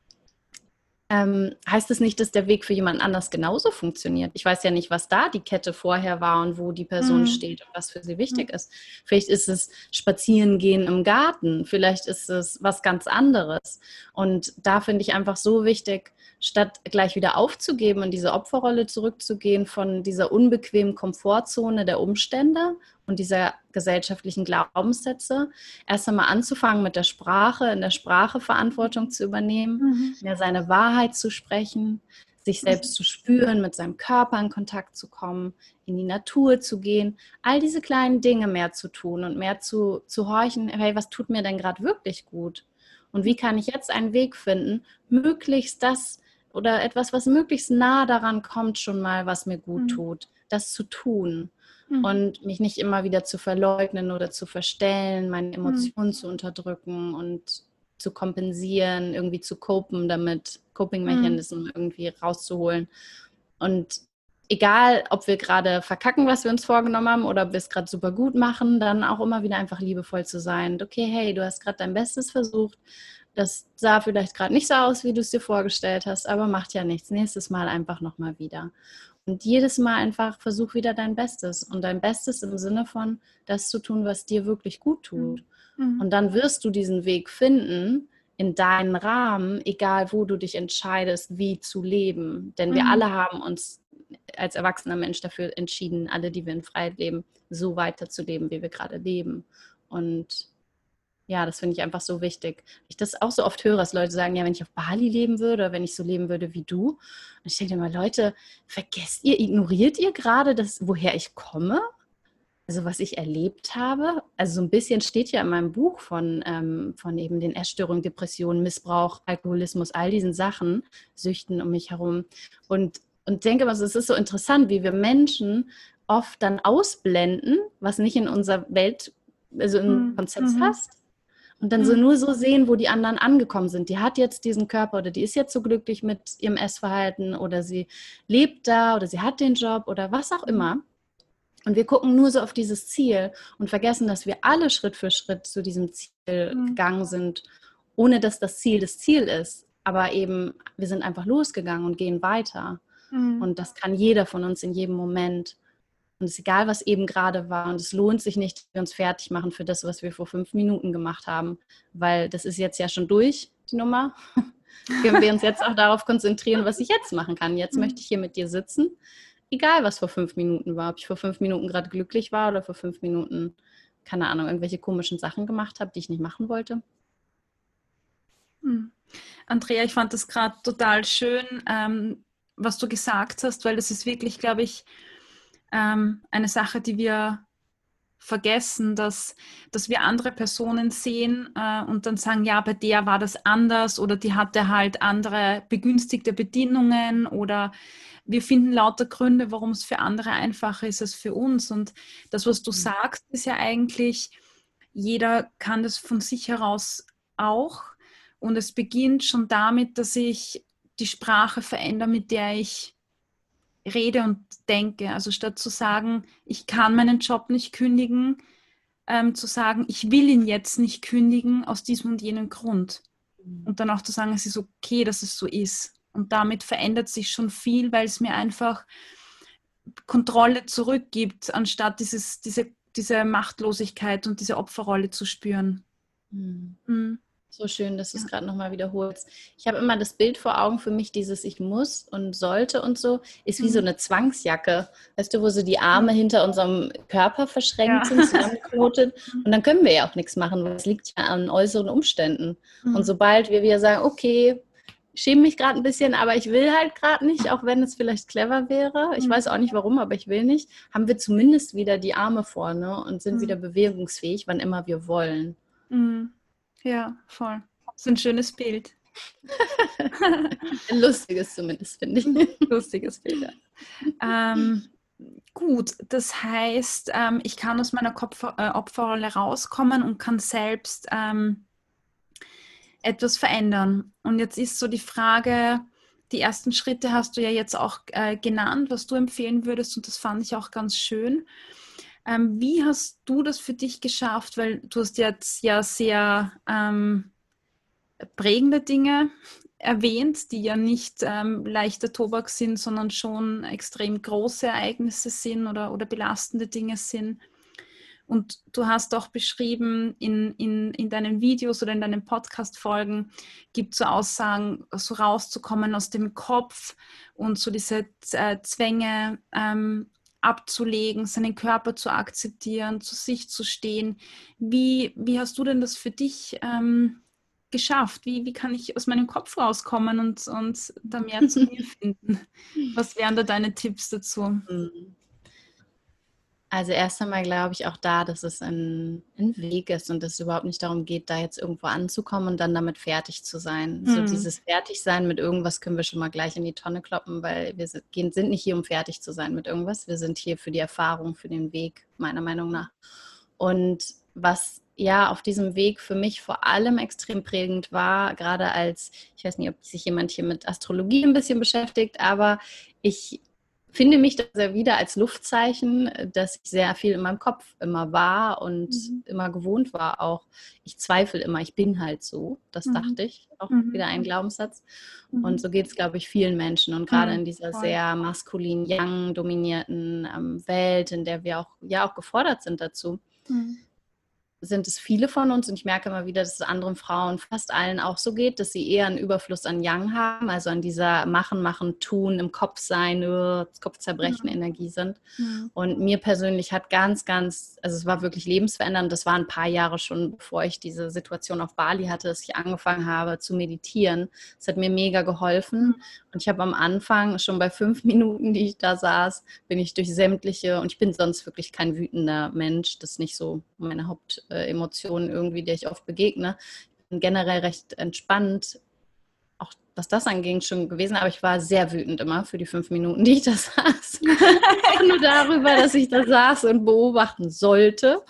Ähm, heißt es nicht, dass der Weg für jemand anders genauso funktioniert? Ich weiß ja nicht, was da die Kette vorher war und wo die Person mhm. steht und was für sie wichtig mhm. ist. Vielleicht ist es Spazierengehen im Garten, vielleicht ist es was ganz anderes. Und da finde ich einfach so wichtig, statt gleich wieder aufzugeben und diese Opferrolle zurückzugehen von dieser unbequemen Komfortzone der Umstände und dieser gesellschaftlichen Glaubenssätze, erst einmal anzufangen mit der Sprache, in der Sprache Verantwortung zu übernehmen, mhm. mehr seine Wahrheit zu sprechen, sich selbst zu spüren, mit seinem Körper in Kontakt zu kommen, in die Natur zu gehen, all diese kleinen Dinge mehr zu tun und mehr zu, zu horchen, hey, was tut mir denn gerade wirklich gut? Und wie kann ich jetzt einen Weg finden, möglichst das oder etwas, was möglichst nah daran kommt, schon mal, was mir gut mhm. tut, das zu tun. Mhm. Und mich nicht immer wieder zu verleugnen oder zu verstellen, meine Emotionen mhm. zu unterdrücken und zu kompensieren, irgendwie zu copen damit, Coping-Mechanismen mhm. irgendwie rauszuholen. Und egal, ob wir gerade verkacken, was wir uns vorgenommen haben oder ob wir es gerade super gut machen, dann auch immer wieder einfach liebevoll zu sein. Und okay, hey, du hast gerade dein Bestes versucht. Das sah vielleicht gerade nicht so aus, wie du es dir vorgestellt hast, aber macht ja nichts. Nächstes Mal einfach nochmal wieder. Und jedes Mal einfach versuch wieder dein Bestes. Und dein Bestes im Sinne von, das zu tun, was dir wirklich gut tut. Mhm. Und dann wirst du diesen Weg finden, in deinen Rahmen, egal wo du dich entscheidest, wie zu leben. Denn wir Mhm. alle haben uns als erwachsener Mensch dafür entschieden, alle, die wir in Freiheit leben, so weiterzuleben, wie wir gerade leben. Und ja, das finde ich einfach so wichtig. Ich das auch so oft höre, dass Leute sagen, ja, wenn ich auf Bali leben würde oder wenn ich so leben würde wie du. Und ich denke immer, Leute, vergesst ihr, ignoriert ihr gerade das, woher ich komme? Also was ich erlebt habe, also so ein bisschen steht ja in meinem Buch von, ähm, von eben den Essstörungen, Depressionen, Missbrauch, Alkoholismus, all diesen Sachen, Süchten um mich herum. Und, und denke mal, es ist so interessant, wie wir Menschen oft dann ausblenden, was nicht in unserer Welt, also im Mhm. Konzept Mhm. passt. Und dann so Mhm. nur so sehen, wo die anderen angekommen sind. Die hat jetzt diesen Körper oder die ist jetzt so glücklich mit ihrem Essverhalten oder sie lebt da oder sie hat den Job oder was auch immer. Und wir gucken nur so auf dieses Ziel und vergessen, dass wir alle Schritt für Schritt zu diesem Ziel Mhm. gegangen sind, ohne dass das Ziel das Ziel ist. Aber eben, wir sind einfach losgegangen und gehen weiter. Mhm. Und das kann jeder von uns in jedem Moment. Und es ist egal, was eben gerade war. Und es lohnt sich nicht, dass wir uns fertig machen für das, was wir vor fünf Minuten gemacht haben. Weil das ist jetzt ja schon durch, die Nummer. Können wir uns jetzt auch darauf konzentrieren, was ich jetzt machen kann. Jetzt Mhm. möchte ich hier mit dir sitzen. Egal, was vor fünf Minuten war. Ob ich vor fünf Minuten gerade glücklich war oder vor fünf Minuten, keine Ahnung, irgendwelche komischen Sachen gemacht habe, die ich nicht machen wollte. Mhm. Andrea, ich fand das gerade total schön, ähm, was du gesagt hast, weil das ist wirklich, glaube ich, ähm, eine Sache, die wir vergessen, dass, dass wir andere Personen sehen äh, und dann sagen, ja, bei der war das anders oder die hatte halt andere begünstigte Bedingungen oder wir finden lauter Gründe, warum es für andere einfacher ist als für uns. Und das, was du sagst, ist ja eigentlich, jeder kann das von sich heraus auch. Und es beginnt schon damit, dass ich die Sprache verändere, mit der ich rede und denke. Also statt zu sagen, ich kann meinen Job nicht kündigen, ähm, zu sagen, ich will ihn jetzt nicht kündigen aus diesem und jenem Grund. Und dann auch zu sagen, es ist okay, dass es so ist. Und damit verändert sich schon viel, weil es mir einfach Kontrolle zurückgibt, anstatt dieses, diese, diese Machtlosigkeit und diese Opferrolle zu spüren. Hm. Mhm. So schön, dass du es Ja. gerade nochmal wiederholst. Ich habe immer das Bild vor Augen für mich, dieses ich muss und sollte und so, ist wie so Mhm. eine Zwangsjacke. Weißt du, wo so die Arme hinter unserem Körper verschränkt Ja. sind, zusammengeknotet. Und dann können wir ja auch nichts machen, weil es liegt ja an äußeren Umständen. Und Mhm. sobald wir wieder sagen, okay, ich schäme mich gerade ein bisschen, aber ich will halt gerade nicht, auch wenn es vielleicht clever wäre. Ich Mhm. weiß auch nicht warum, aber ich will nicht. Haben wir zumindest wieder die Arme vorne und sind Mhm. wieder bewegungsfähig, wann immer wir wollen. Mhm. Ja, voll. Das ist ein schönes Bild. Ein lustiges zumindest, finde ich. Lustiges Bild. Ja. Ähm, gut, das heißt, ähm, ich kann aus meiner Kopf äh, Opferrolle rauskommen und kann selbst ähm, etwas verändern. Und jetzt ist so die Frage, die ersten Schritte hast du ja jetzt auch äh, genannt, was du empfehlen würdest, und das fand ich auch ganz schön. Ähm, wie hast du das für dich geschafft? Weil du hast jetzt ja sehr ähm, prägende Dinge erwähnt, die ja nicht ähm, leichter Tobak sind, sondern schon extrem große Ereignisse sind oder, oder belastende Dinge sind. Und du hast auch beschrieben, in, in, in deinen Videos oder in deinen Podcast-Folgen gibt es so Aussagen, so rauszukommen aus dem Kopf und so diese äh, Zwänge ähm, abzulegen, seinen Körper zu akzeptieren, zu sich zu stehen. Wie, wie hast du denn das für dich ähm, geschafft? Wie, wie kann ich aus meinem Kopf rauskommen und, und da mehr zu mir finden? Was wären da deine Tipps dazu? Also erst einmal glaube ich auch da, dass es ein, ein Weg ist und dass es überhaupt nicht darum geht, da jetzt irgendwo anzukommen und dann damit fertig zu sein. So Hm. dieses Fertigsein mit irgendwas können wir schon mal gleich in die Tonne kloppen, weil wir sind, gehen- sind nicht hier, um fertig zu sein mit irgendwas. Wir sind hier für die Erfahrung, für den Weg, meiner Meinung nach. Und was ja auf diesem Weg für mich vor allem extrem prägend war, gerade als, ich weiß nicht, ob sich jemand hier mit Astrologie ein bisschen beschäftigt, aber ich finde mich das ja wieder als Luftzeichen, dass ich sehr viel in meinem Kopf immer war und Mhm. immer gewohnt war auch. Ich zweifle immer, ich bin halt so. Das Mhm. dachte ich, auch Mhm. wieder ein Glaubenssatz. Und Mhm. so geht es, glaube ich, vielen Menschen. Und gerade Mhm. in dieser Voll. sehr maskulin, young dominierten ähm, Welt, in der wir auch, ja, auch gefordert sind dazu, Mhm. sind es viele von uns, und ich merke immer wieder, dass es anderen Frauen, fast allen auch so geht, dass sie eher einen Überfluss an Yang haben, also an dieser Machen, Machen, Tun, im Kopf sein, äh, Kopfzerbrechen Mhm. Energie sind. Mhm. Und mir persönlich hat ganz, ganz, also es war wirklich lebensverändernd. Das war ein paar Jahre schon, bevor ich diese Situation auf Bali hatte, dass ich angefangen habe zu meditieren. Es hat mir mega geholfen. Mhm. Und ich habe am Anfang, schon bei fünf Minuten, die ich da saß, bin ich durch sämtliche, und ich bin sonst wirklich kein wütender Mensch, das ist nicht so meine Hauptemotion irgendwie, der ich oft begegne. Ich bin generell recht entspannt, auch was das anging, schon gewesen, aber ich war sehr wütend immer für die fünf Minuten, die ich da saß. Einfach nur darüber, dass ich da saß und beobachten sollte.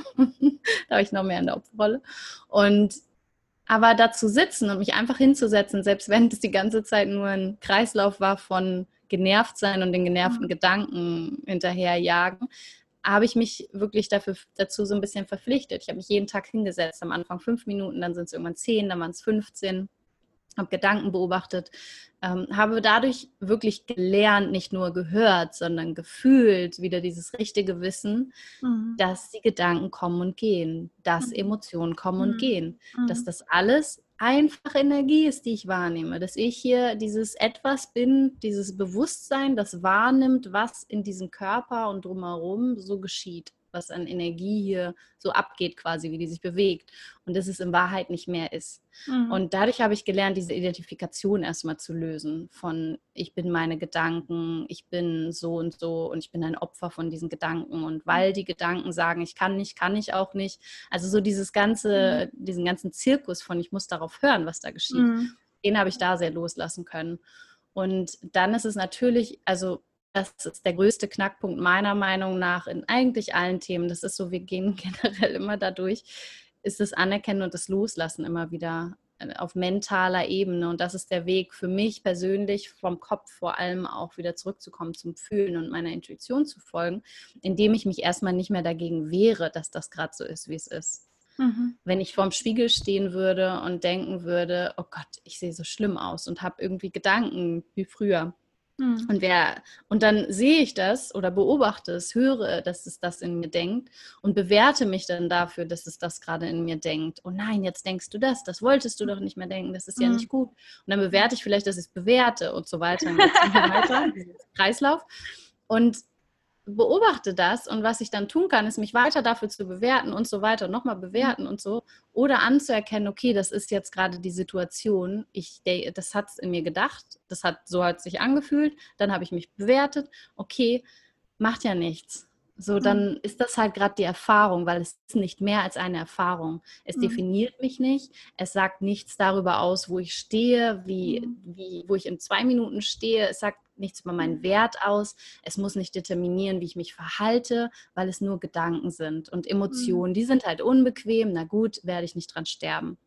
Da war ich noch mehr in der Opferrolle. Und aber da zu sitzen und mich einfach hinzusetzen, selbst wenn es die ganze Zeit nur ein Kreislauf war von genervt sein und den genervten Mhm. Gedanken hinterherjagen, habe ich mich wirklich dafür, dazu so ein bisschen verpflichtet. Ich habe mich jeden Tag hingesetzt, am Anfang fünf Minuten, dann sind es irgendwann zehn, dann waren es fünfzehn, habe Gedanken beobachtet, ähm, habe dadurch wirklich gelernt, nicht nur gehört, sondern gefühlt wieder dieses richtige Wissen, Mhm. dass die Gedanken kommen und gehen, dass Mhm. Emotionen kommen und Mhm. gehen, dass Mhm. das alles einfach Energie ist, die ich wahrnehme, dass ich hier dieses Etwas bin, dieses Bewusstsein, das wahrnimmt, was in diesem Körper und drumherum so geschieht, was an Energie hier so abgeht quasi, wie die sich bewegt, und dass es in Wahrheit nicht mehr ist. Mhm. Und dadurch habe ich gelernt, diese Identifikation erstmal zu lösen von ich bin meine Gedanken, ich bin so und so und ich bin ein Opfer von diesen Gedanken. Und weil die Gedanken sagen, ich kann nicht, kann ich auch nicht. Also so dieses Mhm. ganze, diesen ganzen Zirkus von ich muss darauf hören, was da geschieht, Mhm. den habe ich da sehr loslassen können. Und dann ist es natürlich, also das ist der größte Knackpunkt meiner Meinung nach in eigentlich allen Themen. Das ist so, wir gehen generell immer dadurch, ist das Anerkennen und das Loslassen immer wieder auf mentaler Ebene. Und das ist der Weg für mich persönlich, vom Kopf vor allem auch wieder zurückzukommen zum Fühlen und meiner Intuition zu folgen, indem ich mich erstmal nicht mehr dagegen wehre, dass das gerade so ist, wie es ist. Mhm. Wenn ich vorm Spiegel stehen würde und denken würde, oh Gott, ich sehe so schlimm aus und habe irgendwie Gedanken wie früher. Mhm. Und, wer, und dann sehe ich das oder beobachte es, höre, dass es das in mir denkt und bewerte mich dann dafür, dass es das gerade in mir denkt. Oh nein, jetzt denkst du das, das wolltest du doch nicht mehr denken, das ist ja Mhm. nicht gut. Und dann bewerte ich vielleicht, dass ich es bewerte und so weiter. Dann geht es immer weiter, dieser Kreislauf. Und beobachte das, und was ich dann tun kann, ist mich weiter dafür zu bewerten und so weiter, nochmal bewerten und so, oder anzuerkennen, okay, das ist jetzt gerade die Situation, ich, das hat es in mir gedacht, das hat, so hat es sich angefühlt, dann habe ich mich bewertet, okay, macht ja nichts. So, Mhm. dann ist das halt gerade die Erfahrung, weil es ist nicht mehr als eine Erfahrung. Es Mhm. definiert mich nicht, es sagt nichts darüber aus, wo ich stehe, wie, Mhm. wie, wo ich in zwei Minuten stehe, es sagt nichts über meinen Wert aus, es muss nicht determinieren, wie ich mich verhalte, weil es nur Gedanken sind und Mhm. Emotionen, die sind halt unbequem, na gut, werde ich nicht dran sterben.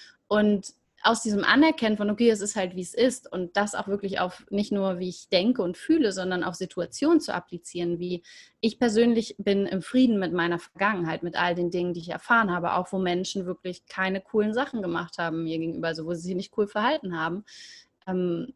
Und aus diesem Anerkennen von, okay, es ist halt, wie es ist, und das auch wirklich auf nicht nur, wie ich denke und fühle, sondern auf Situationen zu applizieren, wie ich persönlich bin im Frieden mit meiner Vergangenheit, mit all den Dingen, die ich erfahren habe, auch wo Menschen wirklich keine coolen Sachen gemacht haben mir gegenüber, also wo sie sich nicht cool verhalten haben. Ähm,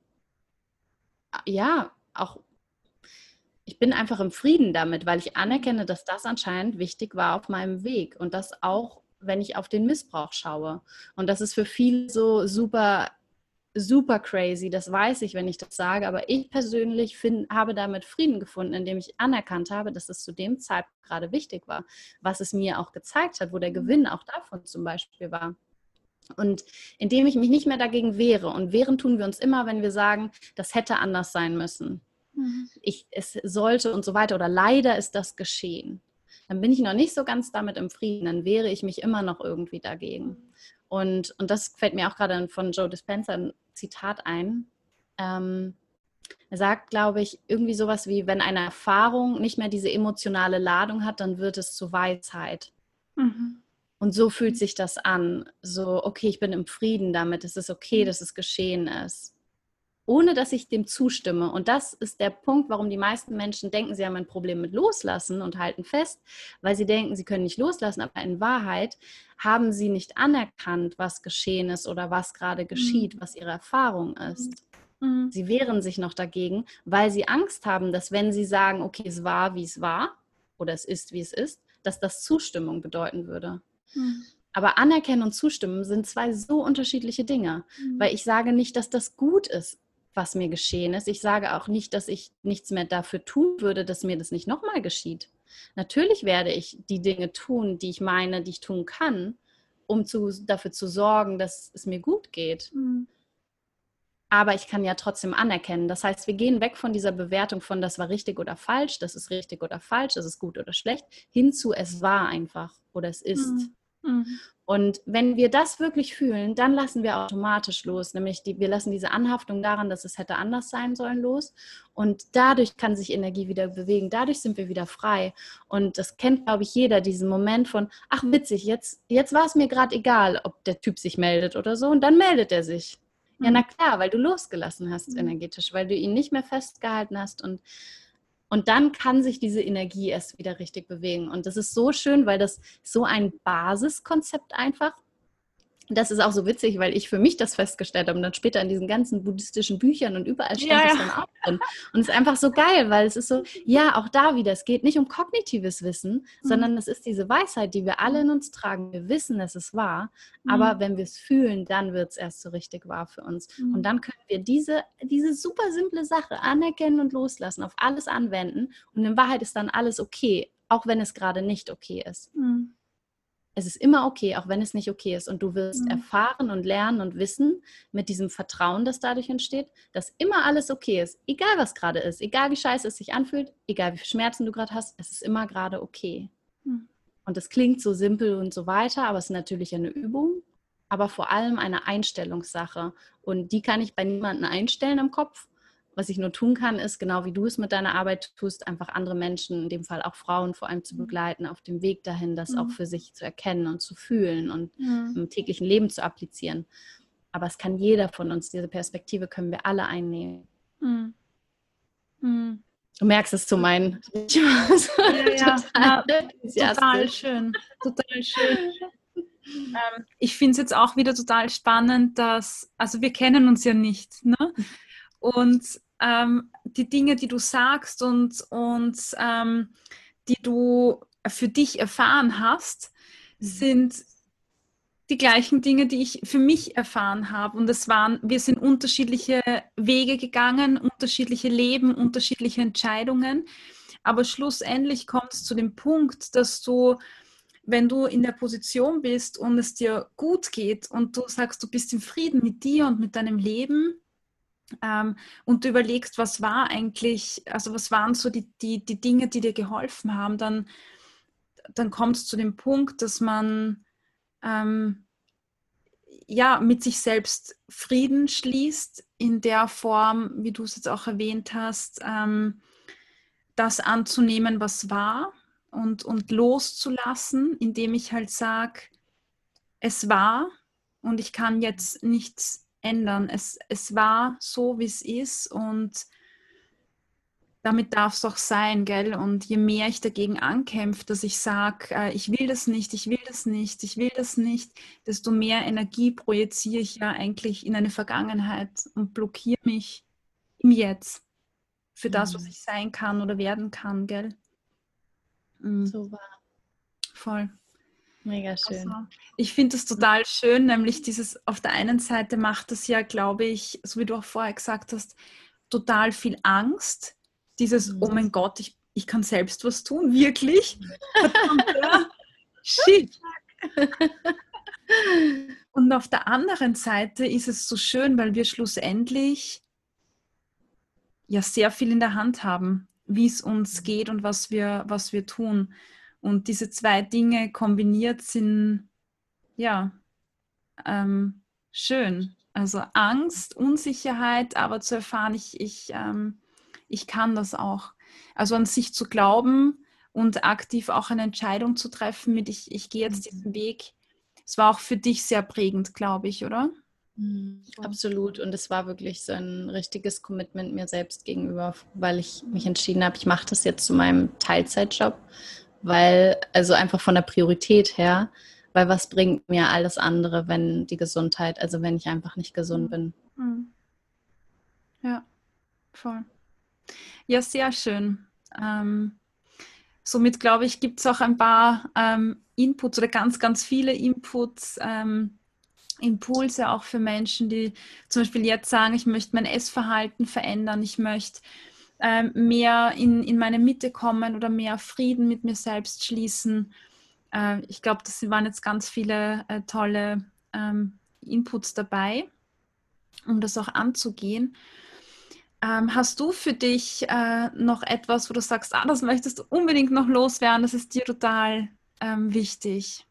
ja, auch ich bin einfach im Frieden damit, weil ich anerkenne, dass das anscheinend wichtig war auf meinem Weg, und das auch, wenn ich auf den Missbrauch schaue. Und das ist für viele so super, super crazy, das weiß ich, wenn ich das sage, aber ich persönlich find, habe damit Frieden gefunden, indem ich anerkannt habe, dass es zu dem Zeitpunkt gerade wichtig war, was es mir auch gezeigt hat, wo der Gewinn auch davon zum Beispiel war. Und indem ich mich nicht mehr dagegen wehre, und wehren tun wir uns immer, wenn wir sagen, das hätte anders sein müssen, Mhm. ich, es sollte und so weiter, oder leider ist das geschehen, dann bin ich noch nicht so ganz damit im Frieden, dann wehre ich mich immer noch irgendwie dagegen. Und, und das fällt mir auch gerade von Joe Dispenza ein Zitat ein. Ähm, er sagt, glaube ich, irgendwie sowas wie, wenn eine Erfahrung nicht mehr diese emotionale Ladung hat, dann wird es zu Weisheit. Mhm. Und so fühlt sich das an. So, okay, ich bin im Frieden damit, es ist okay, dass es geschehen ist. ohne dass ich dem zustimme. Und das ist der Punkt, warum die meisten Menschen denken, sie haben ein Problem mit Loslassen und halten fest, weil sie denken, sie können nicht loslassen. Aber in Wahrheit haben sie nicht anerkannt, was geschehen ist oder was gerade geschieht, mhm. was ihre Erfahrung ist. Mhm. Sie wehren sich noch dagegen, weil sie Angst haben, dass wenn sie sagen, okay, es war, wie es war, oder es ist, wie es ist, dass das Zustimmung bedeuten würde. Mhm. Aber Anerkennen und Zustimmen sind zwei so unterschiedliche Dinge, mhm. weil ich sage nicht, dass das gut ist, was mir geschehen ist. Ich sage auch nicht, dass ich nichts mehr dafür tun würde, dass mir das nicht nochmal geschieht. Natürlich werde ich die Dinge tun, die ich meine, die ich tun kann, um zu, dafür zu sorgen, dass es mir gut geht. Mhm. Aber ich kann ja trotzdem anerkennen. Das heißt, wir gehen weg von dieser Bewertung von, das war richtig oder falsch, das ist richtig oder falsch, das ist gut oder schlecht, hin zu, es war einfach oder es ist. Mhm. Mhm. Und wenn wir das wirklich fühlen, dann lassen wir automatisch los, nämlich die, wir lassen diese Anhaftung daran, dass es hätte anders sein sollen, los. Und dadurch kann sich Energie wieder bewegen, dadurch sind wir wieder frei. Und das kennt, glaube ich, jeder, diesen Moment von, ach witzig, jetzt, jetzt war es mir gerade egal, ob der Typ sich meldet oder so, und dann meldet er sich. Ja, na klar, weil du losgelassen hast energetisch, weil du ihn nicht mehr festgehalten hast und, und dann kann sich diese Energie erst wieder richtig bewegen. Und das ist so schön, weil das so ein Basiskonzept einfach. Das ist auch so witzig, weil ich für mich das festgestellt habe und dann später in diesen ganzen buddhistischen Büchern und überall stand ja, das ja. dann auch drin. Und es ist einfach so geil, weil es ist so, ja, auch da wieder, es geht nicht um kognitives Wissen, mhm. sondern es ist diese Weisheit, die wir alle in uns tragen. Wir wissen, es ist wahr, mhm. aber wenn wir es fühlen, dann wird es erst so richtig wahr für uns. Mhm. Und dann können wir diese, diese super simple Sache anerkennen und loslassen, auf alles anwenden und in Wahrheit ist dann alles okay, auch wenn es gerade nicht okay ist. Mhm. Es ist immer okay, auch wenn es nicht okay ist. Und du wirst mhm. erfahren und lernen und wissen mit diesem Vertrauen, das dadurch entsteht, dass immer alles okay ist. Egal, was gerade ist. Egal, wie scheiße es sich anfühlt. Egal, wie viele Schmerzen du gerade hast. Es ist immer gerade okay. Mhm. Und das klingt so simpel und so weiter, aber es ist natürlich eine Übung. Aber vor allem eine Einstellungssache. Und die kann ich bei niemandem einstellen im Kopf. Was ich nur tun kann, ist, genau wie du es mit deiner Arbeit tust, einfach andere Menschen, in dem Fall auch Frauen vor allem zu begleiten, auf dem Weg dahin, das mhm. auch für sich zu erkennen und zu fühlen und mhm. im täglichen Leben zu applizieren. Aber es kann jeder von uns, diese Perspektive können wir alle einnehmen. Mhm. Mhm. Du merkst es zu meinen. Ja, ja, total, ja, total schön. Total schön. ähm, ich finde es jetzt auch wieder total spannend, dass, also wir kennen uns ja nicht, ne? Und ähm, die Dinge, die du sagst und, und ähm, die du für dich erfahren hast, sind die gleichen Dinge, die ich für mich erfahren habe. Und es waren, wir sind unterschiedliche Wege gegangen, unterschiedliche Leben, unterschiedliche Entscheidungen. Aber schlussendlich kommt es zu dem Punkt, dass du, wenn du in der Position bist und es dir gut geht und du sagst, du bist im Frieden mit dir und mit deinem Leben, Ähm, und du überlegst, was war eigentlich, also was waren so die, die, die Dinge, die dir geholfen haben, dann, dann kommt es zu dem Punkt, dass man ähm, ja, mit sich selbst Frieden schließt, in der Form, wie du es jetzt auch erwähnt hast, ähm, das anzunehmen, was war und, und loszulassen, indem ich halt sage, es war und ich kann jetzt nichts ändern. Es, es war so, wie es ist und damit darf es auch sein, gell? Und je mehr ich dagegen ankämpfe, dass ich sage, äh, ich will das nicht, ich will das nicht, ich will das nicht, desto mehr Energie projiziere ich ja eigentlich in eine Vergangenheit und blockiere mich im Jetzt für das, was ich sein kann oder werden kann, gell? Mhm. So wahr. Voll. Mega schön. Also, ich finde das total schön, nämlich dieses, auf der einen Seite macht das ja, glaube ich, so wie du auch vorher gesagt hast, total viel Angst. Dieses, mhm. oh mein Gott, ich, ich kann selbst was tun, wirklich? Verdammt, shit. Und auf der anderen Seite ist es so schön, weil wir schlussendlich ja sehr viel in der Hand haben, wie es uns geht und was wir, was wir tun. Und diese zwei Dinge kombiniert sind ja, ähm, schön. Also Angst, Unsicherheit, aber zu erfahren, ich, ich, ähm, ich kann das auch. Also an sich zu glauben und aktiv auch eine Entscheidung zu treffen mit, ich, ich gehe jetzt diesen Weg. Es war auch für dich sehr prägend, glaube ich, oder? Mhm, Voll. absolut. Und es war wirklich so ein richtiges Commitment mir selbst gegenüber, weil ich mich entschieden habe, ich mache das jetzt zu meinem Teilzeitjob, weil, also einfach von der Priorität her, weil was bringt mir alles andere, wenn die Gesundheit, also wenn ich einfach nicht gesund Mhm. bin. Mhm. Ja, voll. Ja, sehr schön. Ähm, somit glaube ich, gibt es auch ein paar ähm, Inputs oder ganz, ganz viele Inputs, ähm, Impulse auch für Menschen, die zum Beispiel jetzt sagen, ich möchte mein Essverhalten verändern, ich möchte ähm, mehr in, in meine Mitte kommen oder mehr Frieden mit mir selbst schließen. Äh, ich glaube, das waren jetzt ganz viele äh, tolle ähm, Inputs dabei, um das auch anzugehen. Ähm, hast du für dich äh, noch etwas, wo du sagst, ah, das möchtest du unbedingt noch loswerden, das ist dir total ähm, wichtig?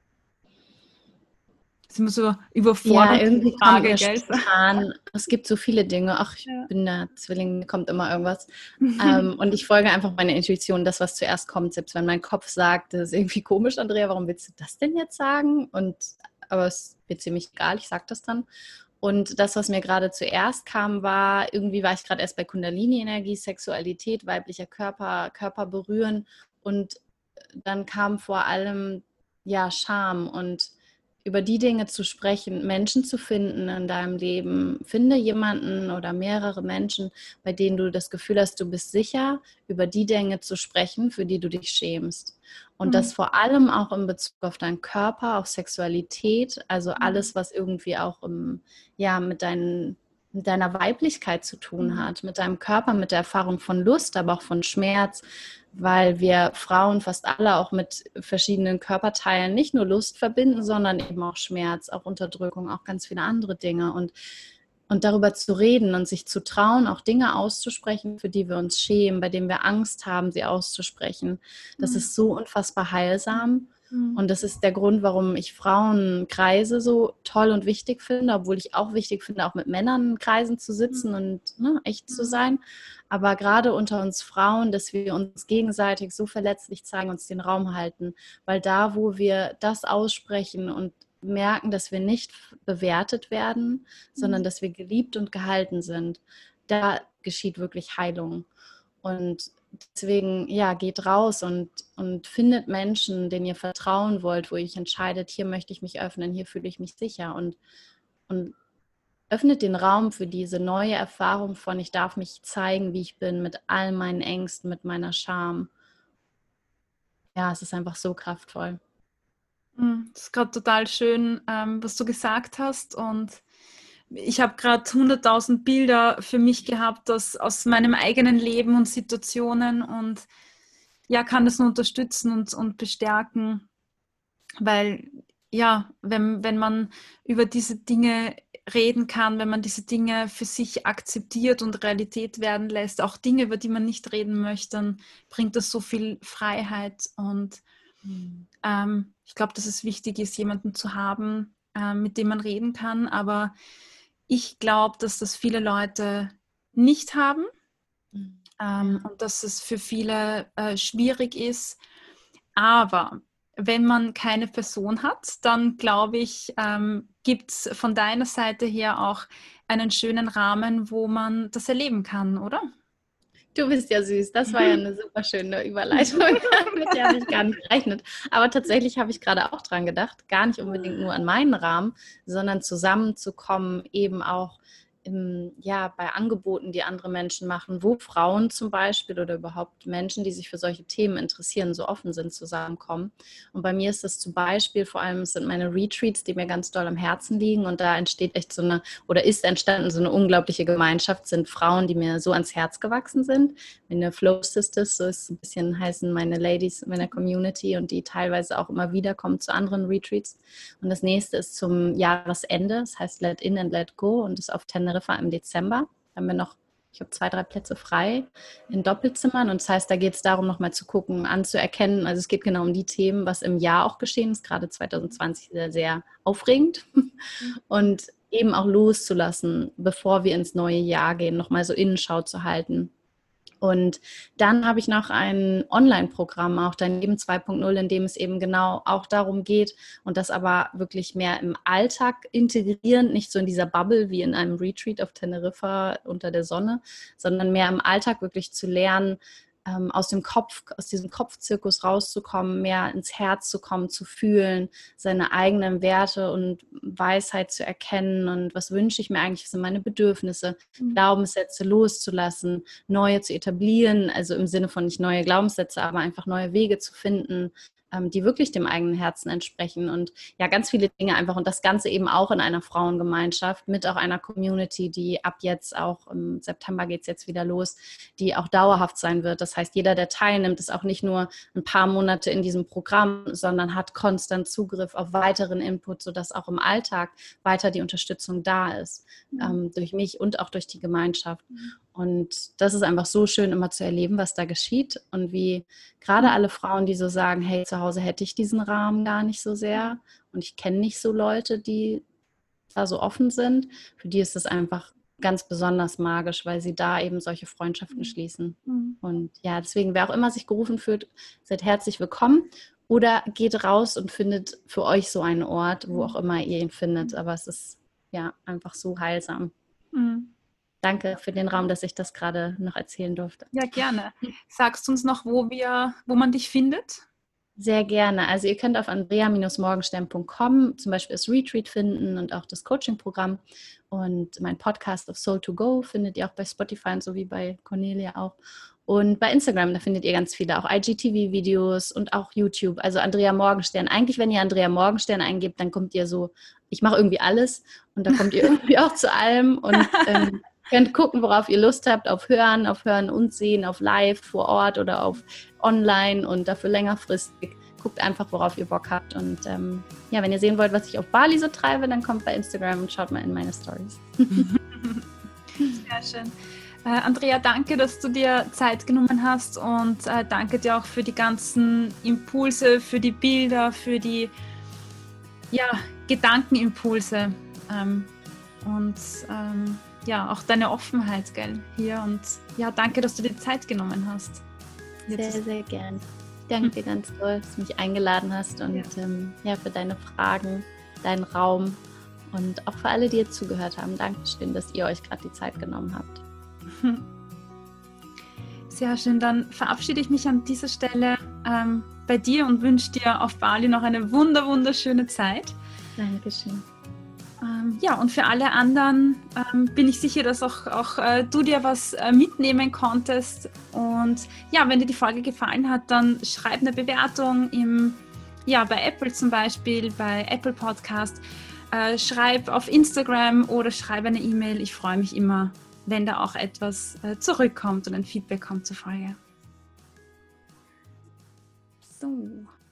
Das ist immer so Ja, überfordernd, diese irgendwie kommt Frage, mir gell? spontan, es gibt so viele Dinge. Ach, ich Ja. bin der Zwilling, mir kommt immer irgendwas. Ähm, und ich folge einfach meiner Intuition, das, was zuerst kommt, selbst wenn mein Kopf sagt, das ist irgendwie komisch, Andrea, warum willst du das denn jetzt sagen? Und aber es wird ziemlich egal, ich sage das dann. Und das, was mir gerade zuerst kam, war, irgendwie war ich gerade erst bei Kundalini-Energie, Sexualität, weiblicher Körper, Körper berühren. Und dann kam vor allem, ja, Scham und über die Dinge zu sprechen, Menschen zu finden in deinem Leben. Finde jemanden oder mehrere Menschen, bei denen du das Gefühl hast, du bist sicher, über die Dinge zu sprechen, für die du dich schämst. Und das Mhm. vor allem auch in Bezug auf deinen Körper, auf Sexualität, also Mhm. alles, was irgendwie auch im, ja, mit deinen mit deiner Weiblichkeit zu tun Mhm. hat, mit deinem Körper, mit der Erfahrung von Lust, aber auch von Schmerz, weil wir Frauen fast alle auch mit verschiedenen Körperteilen nicht nur Lust verbinden, sondern eben auch Schmerz, auch Unterdrückung, auch ganz viele andere Dinge. Und, und darüber zu reden und sich zu trauen, auch Dinge auszusprechen, für die wir uns schämen, bei denen wir Angst haben, sie auszusprechen, das Mhm. ist so unfassbar heilsam. Mhm. Und das ist der Grund, warum ich Frauenkreise so toll und wichtig finde, obwohl ich auch wichtig finde, auch mit Männern in Kreisen zu sitzen und ne, echt zu Mhm. sein. Aber gerade unter uns Frauen, dass wir uns gegenseitig so verletzlich zeigen, uns den Raum halten. Weil da, wo wir das aussprechen und merken, dass wir nicht bewertet werden, sondern Mhm. dass wir geliebt und gehalten sind, da geschieht wirklich Heilung. Und deswegen, ja, geht raus und, und findet Menschen, denen ihr vertrauen wollt, wo ihr euch entscheidet, hier möchte ich mich öffnen, hier fühle ich mich sicher und, und öffnet den Raum für diese neue Erfahrung von, ich darf mich zeigen, wie ich bin, mit all meinen Ängsten, mit meiner Scham. Ja, es ist einfach so kraftvoll. Mhm. Das ist gerade total schön, ähm, was du gesagt hast. Und ich habe gerade hunderttausend Bilder für mich gehabt aus, aus meinem eigenen Leben und Situationen und ja, kann das nur unterstützen und, und bestärken, weil ja, wenn, wenn man über diese Dinge reden kann, wenn man diese Dinge für sich akzeptiert und Realität werden lässt, auch Dinge, über die man nicht reden möchte, dann bringt das so viel Freiheit und Mhm. ähm, ich glaube, dass es wichtig ist, jemanden zu haben, ähm, mit dem man reden kann. Aber ich glaube, dass das viele Leute nicht haben ähm, Ja. und dass es für viele äh, schwierig ist. Aber wenn man keine Person hat, dann glaube ich, ähm, gibt es von deiner Seite her auch einen schönen Rahmen, wo man das erleben kann, oder? Du bist ja süß. Das war ja eine super schöne Überleitung, mit der habe ich gar nicht gerechnet. Aber tatsächlich habe ich gerade auch dran gedacht, gar nicht unbedingt nur an meinen Rahmen, sondern zusammenzukommen, eben auch im, ja, bei Angeboten, die andere Menschen machen, wo Frauen zum Beispiel oder überhaupt Menschen, die sich für solche Themen interessieren, so offen sind, zusammenkommen. Und bei mir ist das zum Beispiel, vor allem es sind meine Retreats, die mir ganz doll am Herzen liegen und da entsteht echt so eine, oder ist entstanden so eine unglaubliche Gemeinschaft, sind Frauen, die mir so ans Herz gewachsen sind. Meine Flow Sisters, so ist ein bisschen heißen meine Ladies in meiner Community und die teilweise auch immer wieder kommen zu anderen Retreats. Und das nächste ist zum Jahresende, das heißt Let In and Let Go und ist auf Teneriffa im Dezember. Da haben wir noch, ich habe zwei, drei Plätze frei in Doppelzimmern und das heißt, da geht es darum, nochmal zu gucken, anzuerkennen, also es geht genau um die Themen, was im Jahr auch geschehen ist, gerade zwanzig zwanzig sehr, sehr aufregend und eben auch loszulassen, bevor wir ins neue Jahr gehen, nochmal so Innenschau zu halten. Und dann habe ich noch ein Online-Programm, auch Dein Leben zwei Punkt null, in dem es eben genau auch darum geht und das aber wirklich mehr im Alltag integrieren, nicht so in dieser Bubble wie in einem Retreat auf Teneriffa unter der Sonne, sondern mehr im Alltag wirklich zu lernen, ähm, aus dem Kopf, aus diesem Kopfzirkus rauszukommen, mehr ins Herz zu kommen, zu fühlen, seine eigenen Werte und Weisheit zu erkennen und was wünsche ich mir eigentlich, was sind meine Bedürfnisse, mhm. Glaubenssätze loszulassen, neue zu etablieren, also im Sinne von nicht neue Glaubenssätze, aber einfach neue Wege zu finden, ähm, die wirklich dem eigenen Herzen entsprechen und ja, ganz viele Dinge einfach und das Ganze eben auch in einer Frauengemeinschaft mit auch einer Community, die ab jetzt auch im September geht es jetzt wieder los, die auch dauerhaft sein wird. Das heißt, jeder, der teilnimmt, ist auch nicht nur ein paar Monate in diesem Programm, sondern hat konstant Zugriff auf weiteren Input, sodass auch im Alltag weiter die Unterstützung da ist, mhm. ähm, durch mich und auch durch die Gemeinschaft. Mhm. Und das ist einfach so schön, immer zu erleben, was da geschieht und wie gerade alle Frauen, die so sagen, hey, zu Hause hätte ich diesen Rahmen gar nicht so sehr und ich kenne nicht so Leute, die da so offen sind, für die ist das einfach ganz besonders magisch, weil sie da eben solche Freundschaften schließen. Mhm. Und ja, deswegen, wer auch immer sich gerufen fühlt, seid herzlich willkommen oder geht raus und findet für euch so einen Ort, wo auch immer ihr ihn findet, aber es ist ja einfach so heilsam. Mhm. Danke für den Raum, dass ich das gerade noch erzählen durfte. Ja, gerne. Sagst du uns noch, wo wir, wo man dich findet? Sehr gerne. Also ihr könnt auf andrea Bindestrich morgenstern Punkt com zum Beispiel das Retreat finden und auch das Coaching-Programm. Und mein Podcast auf Soul to Go findet ihr auch bei Spotify und so wie bei Cornelia auch. Und bei Instagram, da findet ihr ganz viele, auch I G T V-Videos und auch YouTube. Also Andrea Morgenstern. Eigentlich, wenn ihr Andrea Morgenstern eingebt, dann kommt ihr so, ich mache irgendwie alles und da kommt ihr irgendwie auch zu allem und ähm, könnt gucken, worauf ihr Lust habt, auf Hören, auf Hören und Sehen, auf Live vor Ort oder auf Online und dafür längerfristig. Guckt einfach, worauf ihr Bock habt. Und ähm, ja, wenn ihr sehen wollt, was ich auf Bali so treibe, dann kommt bei Instagram und schaut mal in meine Stories. Sehr schön. Äh, Andrea, danke, dass du dir Zeit genommen hast und äh, danke dir auch für die ganzen Impulse, für die Bilder, für die ja, Gedankenimpulse ähm, und ähm, ja, auch deine Offenheit, gell, hier und ja, danke, dass du dir Zeit genommen hast. Jetzt sehr, sehr gern. Ich danke dir ganz toll, dass du mich eingeladen hast und ja. Ähm, ja, für deine Fragen, deinen Raum und auch für alle, die jetzt zugehört haben. Dankeschön, dass ihr euch gerade die Zeit genommen habt. Sehr schön, dann verabschiede ich mich an dieser Stelle ähm, bei dir und wünsche dir auf Bali noch eine wunder, wunderschöne Zeit. Dankeschön. Ähm, ja, und für alle anderen ähm, bin ich sicher, dass auch, auch äh, du dir was äh, mitnehmen konntest. Und ja, wenn dir die Folge gefallen hat, dann schreib eine Bewertung im, ja, bei Apple zum Beispiel, bei Apple Podcast. Äh, schreib auf Instagram oder schreib eine E-Mail. Ich freue mich immer, wenn da auch etwas äh, zurückkommt und ein Feedback kommt zur Folge. So.